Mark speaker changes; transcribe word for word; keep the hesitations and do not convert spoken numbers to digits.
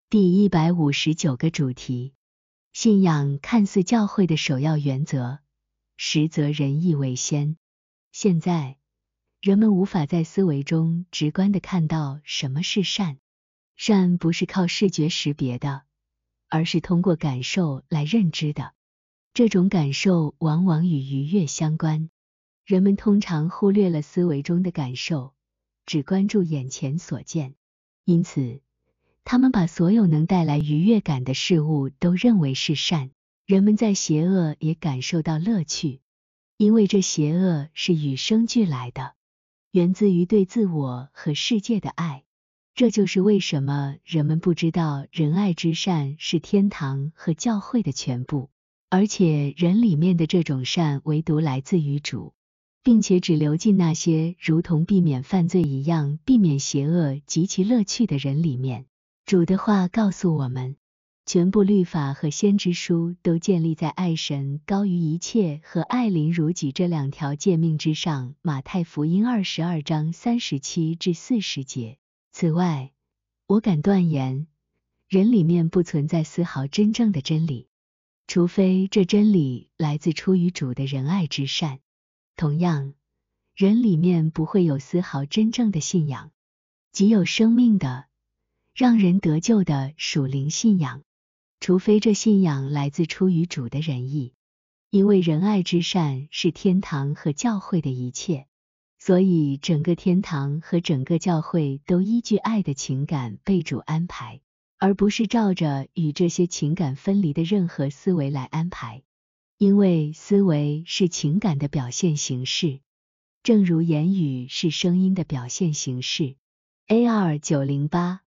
Speaker 1: 第一百五十九个主题，信仰看似教会的首要原则，实则仁义为先。现在，人们无法在思维中直观地看到什么是善。善不是靠视觉识别的，而是通过感受来认知的。这种感受往往与愉悦相关。人们通常忽略了思维中的感受，只关注眼前所见。因此，他们把所有能带来愉悦感的事物都认为是善。人们在邪恶也感受到乐趣，因为这邪恶是与生俱来的，源自于对自我和世界的爱。这就是为什么人们不知道仁爱之善是天堂和教会的全部，而且人里面的这种善唯独来自于主，并且只流进那些如同避免犯罪一样避免邪恶及其乐趣的人里面。主的话告诉我们，全部律法和先知书都建立在爱神高于一切和爱邻如己这两条诫命之上。马太福音二十二章三十七至四十节。此外，我敢断言，人里面不存在丝毫真正的真理，除非这真理来自出于主的仁爱之善。同样，人里面不会有丝毫真正的信仰，即有生命的让人得救的属灵信仰，除非这信仰来自出于主的仁义。因为仁爱之善是天堂和教会的一切，所以整个天堂和整个教会都依据爱的情感被主安排，而不是照着与这些情感分离的任何思维来安排。因为思维是情感的表现形式，正如言语是声音的表现形式。A R 九零八